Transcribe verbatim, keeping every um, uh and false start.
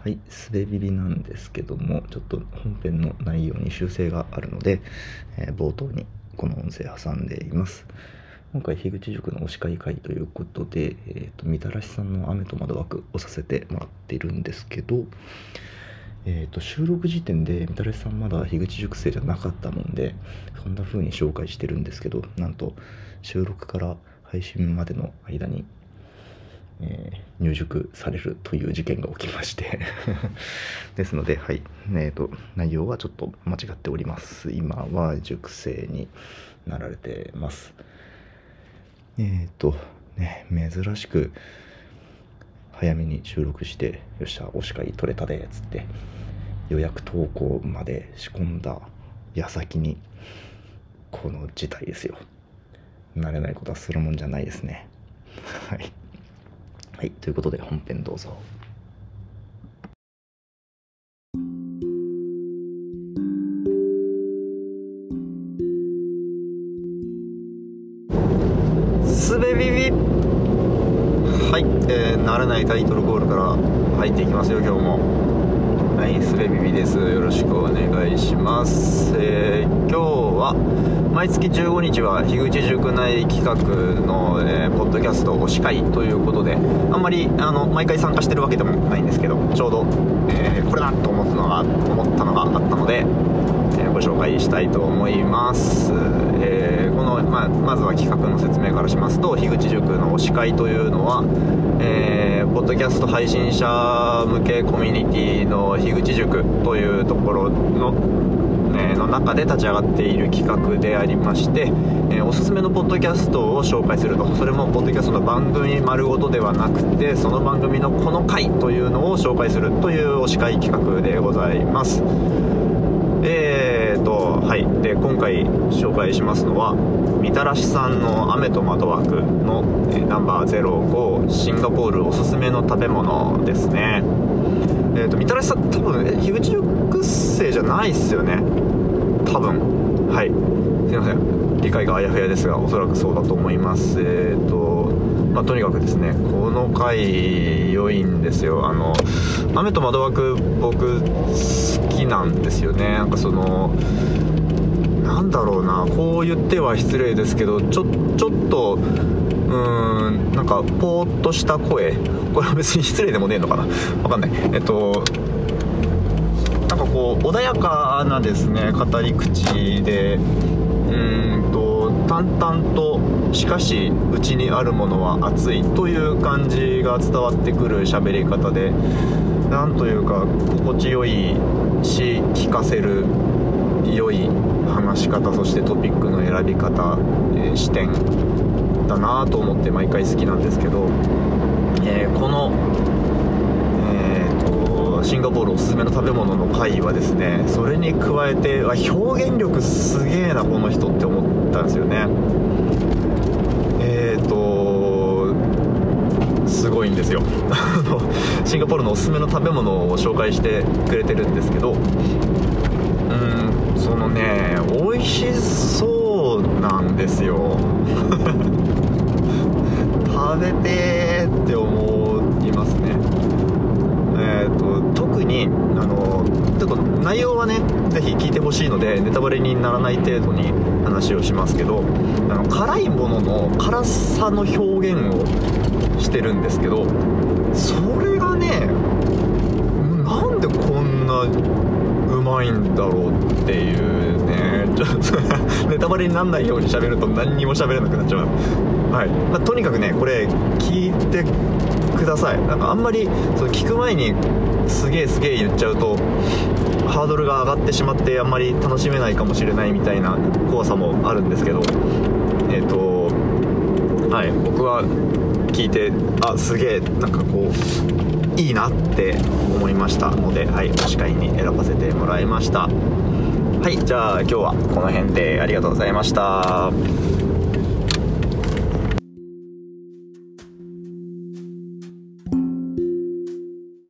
はい、すべビビなんですけども、ちょっと本編の内容に修正があるので、えー冒頭にこの音声挟んでいます。今回、樋口塾のお叱り会ということで、えーと、みたらしさんの雨と窓枠をさせてもらっているんですけど、えーと、収録時点でみたらしさんまだ樋口塾生じゃなかったもんで、そんな風に紹介してるんですけど、なんと収録から配信までの間にえー、入塾されるという事件が起きましてですので、はい、えーと、内容はちょっと間違っております。今は塾生になられてます。えーとね、珍しく早めに収録して、よっしゃお叱り取れたでっつって予約投稿まで仕込んだ矢先にこの事態ですよ。慣れないことはするもんじゃないですね。はいはい、ということで本編どうぞ。 すべビビはい、えー、慣れないタイトルコールから入っていきますよ、今日も。はい、すべビビです。よろしくお願いします。えー、今日は毎月じゅうごにちは樋口塾内企画の、えー、ポッドキャストお司会ということで、あんまりあの毎回参加してるわけでもないんですけど、ちょうど、えー、これだと思ったのが思ったのがあったので、えー、ご紹介したいと思います。えー、この、まあ、まずは企画の説明からしますと、樋口塾のお司会というのは、えー、ポッドキャスト配信者向けコミュニティの樋口塾というところのの中で立ち上がっている企画でありまして、えー、おすすめのポッドキャストを紹介すると。それもポッドキャストの番組丸ごとではなくて、その番組のこの回というのを紹介するというお司会企画でございます。えーとはいで今回紹介しますのは、みたらしさんの雨と窓枠の、えー、ナンバーゼロごシンガポールおすすめの食べ物ですね。えーとみたらしさん多分樋口塾生じゃないっすよね、多分。はい、すいません、理解があやふやですが、おそらくそうだと思います。えーとまあとにかくですね、この回良いんですよ。あの雨と窓枠僕好きなんですよね。なんかそのなんだろうな、こう言っては失礼ですけど、ちょちょっとうーんなんかポーッとした声、これは別に失礼でもねえのかな、わかんない。えっとなんかこう穏やかなですね語り口で、うーんと淡々と、しかし内にあるものは熱いという感じが伝わってくる喋り方で、なんというか心地よいし、聞かせる良い話し方、そしてトピックの選び方、えー、視点だなと思って毎回好きなんですけど、えー、この、えー、とシンガポールおすすめの食べ物の回はですね、それに加えて表現力すげえなこの人って思ったんですよね。えーとすごいんですよシンガポールのおすすめの食べ物を紹介してくれてるんですけど、うーんそのね美味しそうなんですよ食べてーって思いますね。えーと特にあのちょっと内容はねぜひ聞いてほしいのでネタバレにならない程度に話をしますけど、あの辛いものの辛さの表現をしてるんですけど、それがねなんでこんなうまいんだろうっていうね、ちょっとネタバレにならないように喋ると何にも喋れなくなっちゃう。はい、まあ、とにかくねこれ聞いてください。なんかあんまりその聞く前にすげえすげえ言っちゃうとハードルが上がってしまってあんまり楽しめないかもしれないみたいな怖さもあるんですけど、えっとはい僕は聞いてあすげえなんかこういいなって思いましたので、はい、お司会に選ばせてもらいました。はい、じゃあ今日はこの辺でありがとうございました。